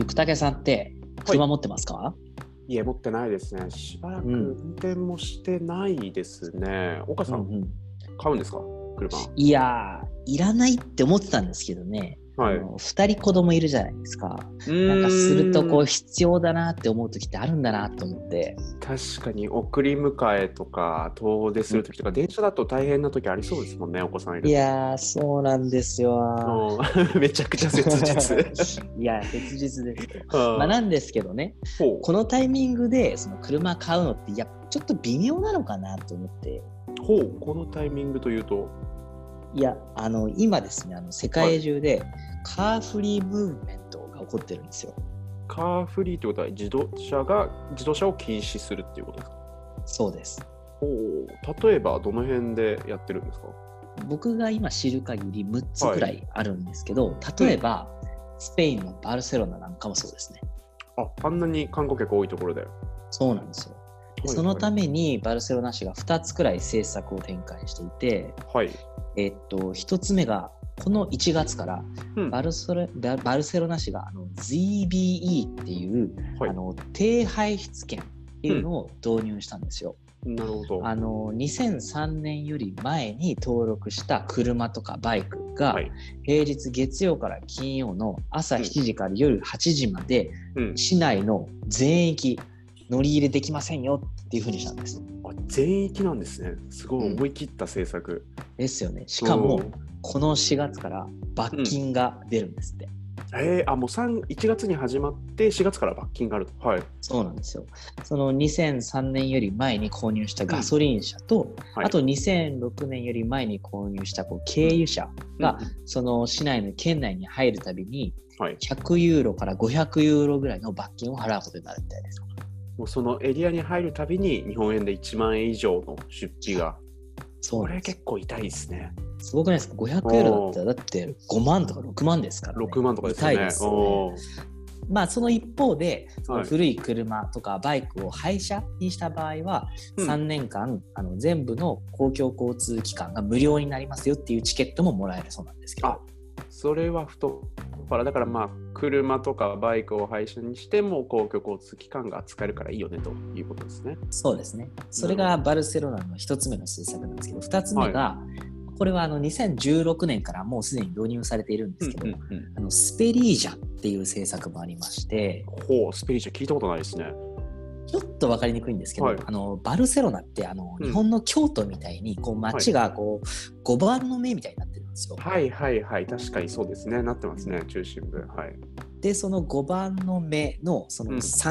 ゆくたけさんって車持ってますか？ いえ、持ってないですね。しばらく運転もしてないですね。岡さん、買うんですか？車。 いやー、いらないって思ってたんですけどね。 はい。 2人子供いるじゃないですか。なんかするとこう必要だなって思う時ってあるんだなと思って。 確かに送り迎えとか遠出する時とか、電車だと大変な時ありそうですもんね、お子さんいると。 いやー、そうなんですよ。 めちゃくちゃ切実。 いや、切実ですよ。 あなんですけどね、このタイミングでその車買うのって、ちょっと微妙なのかなと思って。 このタイミングというと。 いや、今ですね、世界中でカーフリームーブメントが起こってるんですよ。 カーフリーということは自動車を禁止するっていうことですか？ そうです。 例えばどの辺でやってるんですか？ 僕が今知る限り6つくらいあるんですけど、例えば、スペインのバルセロナなんかもそうですね。 あんなに観光客多いところだよ。 そうなんですよ。そのためにバルセロナ市が2つくらい政策を展開していて、1つ目がこの1月からバルセロナ市がZBE っていう、低排出権っていうのを導入したんですよ。 なるほど。 2003年より前に登録した車とかバイクが、平日月曜から金曜の朝7時から夜8時まで、市内の全域乗り入れできませんよっていう風にしたんです。 全域なんですね。すごい思い切った政策、 ですよね。しかもこの4月から罰金が出るんですって。 もう1月に始まって4月から罰金があると。 そうなんですよ。その2003年より前に購入したガソリン車と、あと2006年より前に購入した軽油車が、その市内の県内に入るたびに100ユーロから500ユーロぐらいの罰金を払うことになるみたいです。 もうそのエリアに入るたびに日本円で1万円以上の出費が。これ結構痛いですね。 すごくないですか？500ユーロだったらだって5万とか6万ですからね。 6万とかですよね。 痛いですよね。その一方で、その古い車とかバイクを廃車にした場合は、3年間全部の公共交通機関が無料になりますよっていうチケットももらえるそうなんですけど。 それは太っ腹だから、車とかバイクを廃車にしても公共交通機関が使えるからいいよねということですね。 そうですね。それがバルセロナの一つ目の政策なんですけど、二つ目が、これは2016年からもうすでに導入されているんですけど、スペリージャっていう政策もありまして。 スペリージャ聞いたことないですね。 ちょっと分かりにくいんですけど、バルセロナって日本の京都みたいに街が5番の目みたいになってるんですよ。 確かにそうですね。なってますね、中心部。 でその5番の目のその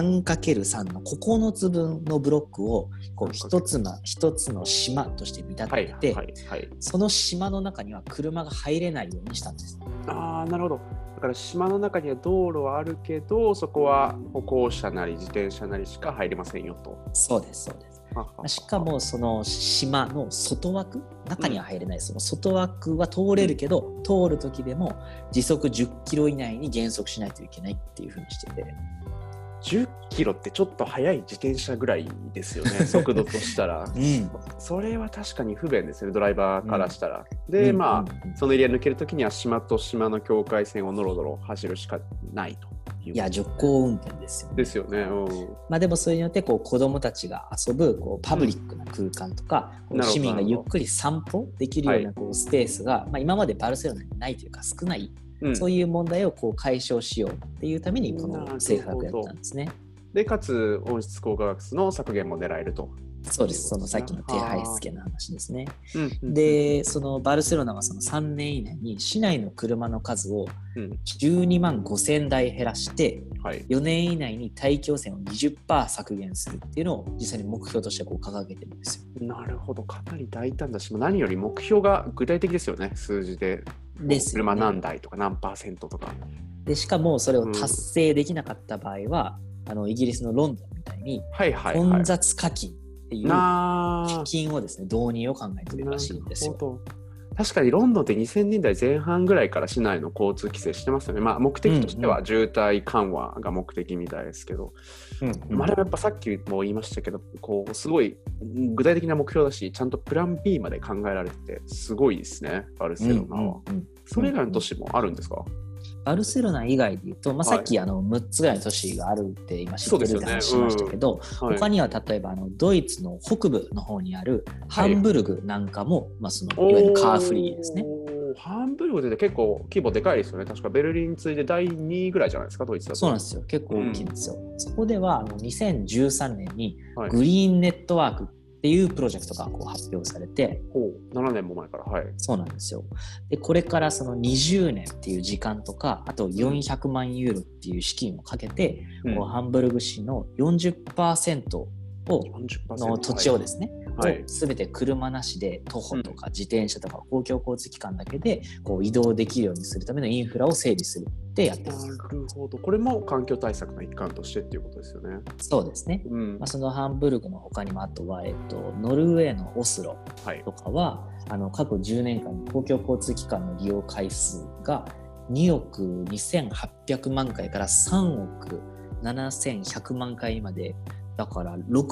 3×3 の9つ分のブロックを一つの島として見立てて、その島の中には車が入れないようにしたんです。 なるほど。だから島の中には道路はあるけど、そこは歩行者なり自転車なりしか入れませんよと。 そうです。しかもその島の外枠、中には入れない、その外枠は通れるけど、通る時でも時速10キロ以内に減速しないといけないっていう風にしてて。 10キロってちょっと速い自転車ぐらいですよね、速度としたら。それは確かに不便ですね、ドライバーからしたら。で、そのエリア抜けるときには島と島の境界線をノロノロ走るしかないと。 いや、徐行運転ですよね。 ですよね。 でもそれによって子供たちが遊ぶパブリックな空間とか、市民がゆっくり散歩できるようなスペースが、今までバルセロナにないというか少ない。そういう問題を解消しようっていうためにこの政策をやったんですね。 でかつ温室効果ガスの削減も狙えると。 そうです。そのさっきの低排出権の話ですね。でそのバルセロナはその3年以内に市内の車の数を12万5,000台減らして、4年以内に大気汚染を 20% 削減するっていうのを実際に目標として掲げてるんですよ。 なるほど。かなり大胆だし、何より目標が具体的ですよね。数字で車何台とか何%とかで、しかもそれを達成できなかった場合は、イギリスのロンドンみたいに混雑課金っていう課金をですね、導入を考えているらしいんですよ。 確かにロンドンって2000年代前半ぐらいから市内の交通規制してますよね。目的としては渋滞緩和が目的みたいですけど、でもやっぱさっきも言いましたけど、すごい具体的な目標だし、ちゃんとプラン B まで考えられててすごいですね、バルセロナは。それ以外の都市もあるんですか？ バルセロナ以外でいうと、さっき6つぐらいの都市があるって今知ってるって話しましたけど、他には例えばドイツの北部の方にあるハンブルグなんかも、そのいわゆるカーフリーですね。 ハンブルグって結構規模でかいですよね。確かベルリンに次いで第2位ぐらいじゃないですか、ドイツだと。 そうなんですよ。結構大きいんですよ。そこでは2013年にグリーンネットワークっていうプロジェクトが発表されて、 7年も前から、はい。 そうなんですよ。で、これからその20年っていう時間とか、あと400万ユーロっていう資金をかけて、ハンブルグ市の 40% の土地をですね、すべて車なしで徒歩とか自転車とか公共交通機関だけで移動できるようにするためのインフラを整備するってやってます。 なるほど。これも環境対策の一環としてっていうことですよね。 そうですね。そのハンブルグの他にもあとは、ノルウェーのオスロとかは、過去10年間に公共交通機関の利用回数が2億2800万回から3億7100万回まで、だから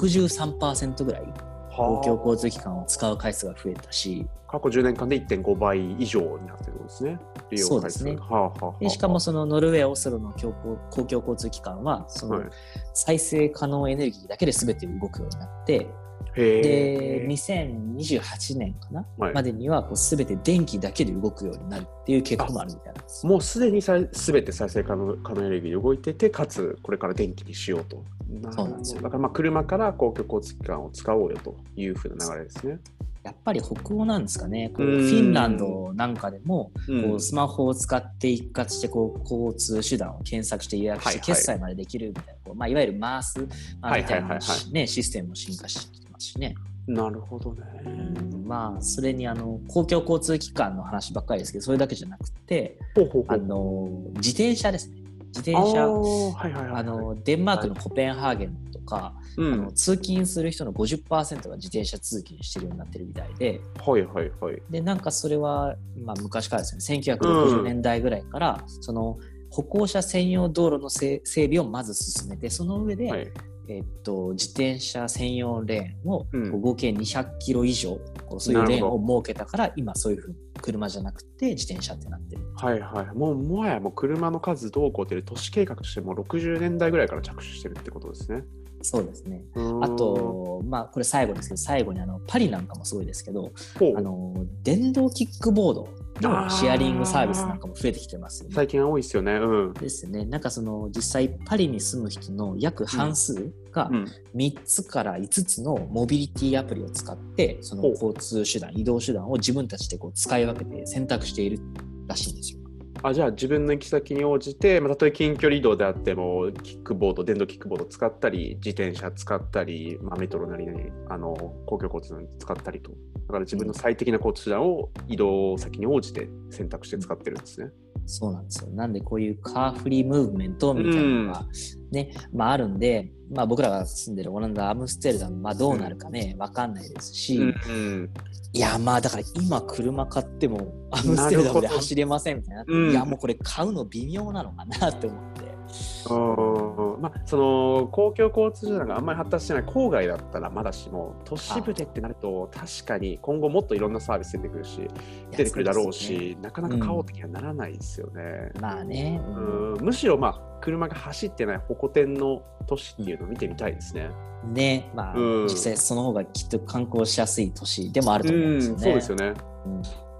63% ぐらい公共交通機関を使う回数が増えたし、 過去10年間で 1.5 倍以上になってるんですね。利用回数。 そうですね。でしかもそのノルウェー、オスロの公共交通機関はその再生可能エネルギーだけで全て動くようになって、で2028年かな、までには全て電気だけで動くようになるっていう計画もあるみたいなんです。 もうすでに全て再生可能エネルギーで動いてて、かつこれから電気にしようと。 そうなんですよ。 だから車から公共交通機関を使おうよというふうな流れですね。 やっぱり北欧なんですかね。フィンランドなんかでもスマホを使って一括して交通手段を検索して予約して決済までできるみたいな、いわゆるマースみたいなシステムも進化してきてますしね。 なるほどね。 それに公共交通機関の話ばっかりですけど、それだけじゃなくて、自転車ですね。自転車、デンマークのコペンハーゲンとか、通勤する人の 50% が自転車通勤してるようになってるみたいで、でなんかそれは、昔からですね、1960年代ぐらいから、その歩行者専用道路の整備をまず進めて、その上で、自転車専用レーンを合計200キロ以上、そういうレーンを設けたから、今そういうふうに車じゃなくて自転車ってなってる。 もはや車の数どうこうという都市計画としても60年代ぐらいから着手してるってことですね。 そうですね。あと、これ最後ですけど、最後にパリなんかもすごいですけど、電動キックボードのシェアリングサービスなんかも増えてきてますよね。 最近は多いですよね。 ですね。なんか実際パリに住む人の約半数が3つから5つのモビリティアプリを使って、その交通手段、移動手段を自分たちで使い分けて選択しているらしいんですよ。 じゃあ自分の行き先に応じて、たとえ近距離移動であっても電動キックボードを使ったり、自転車使ったり、メトロなり公共交通に使ったりと、だから自分の最適な交通手段を移動先に応じて選択して使ってるんですね。 そうなんですよ。なんでこういうカーフリームーブメントみたいなのがね、あるんで、僕らが住んでるオランダ、アムステルダム、どうなるかね、わかんないですし、いやだから今車買ってもアムステルダムで走れませんみたいな、いやもうこれ買うの微妙なのかなって思って。 その公共交通手段があんまり発達してない郊外だったらまだしも、都市部でってなると確かに今後もっといろんなサービス出てくるだろうし、なかなか買おうときはならないですよね。むしろ車が走ってないホコ天の都市っていうのを見てみたいですね。 実際その方がきっと観光しやすい都市でもあると思うんですよね。 そうですよね。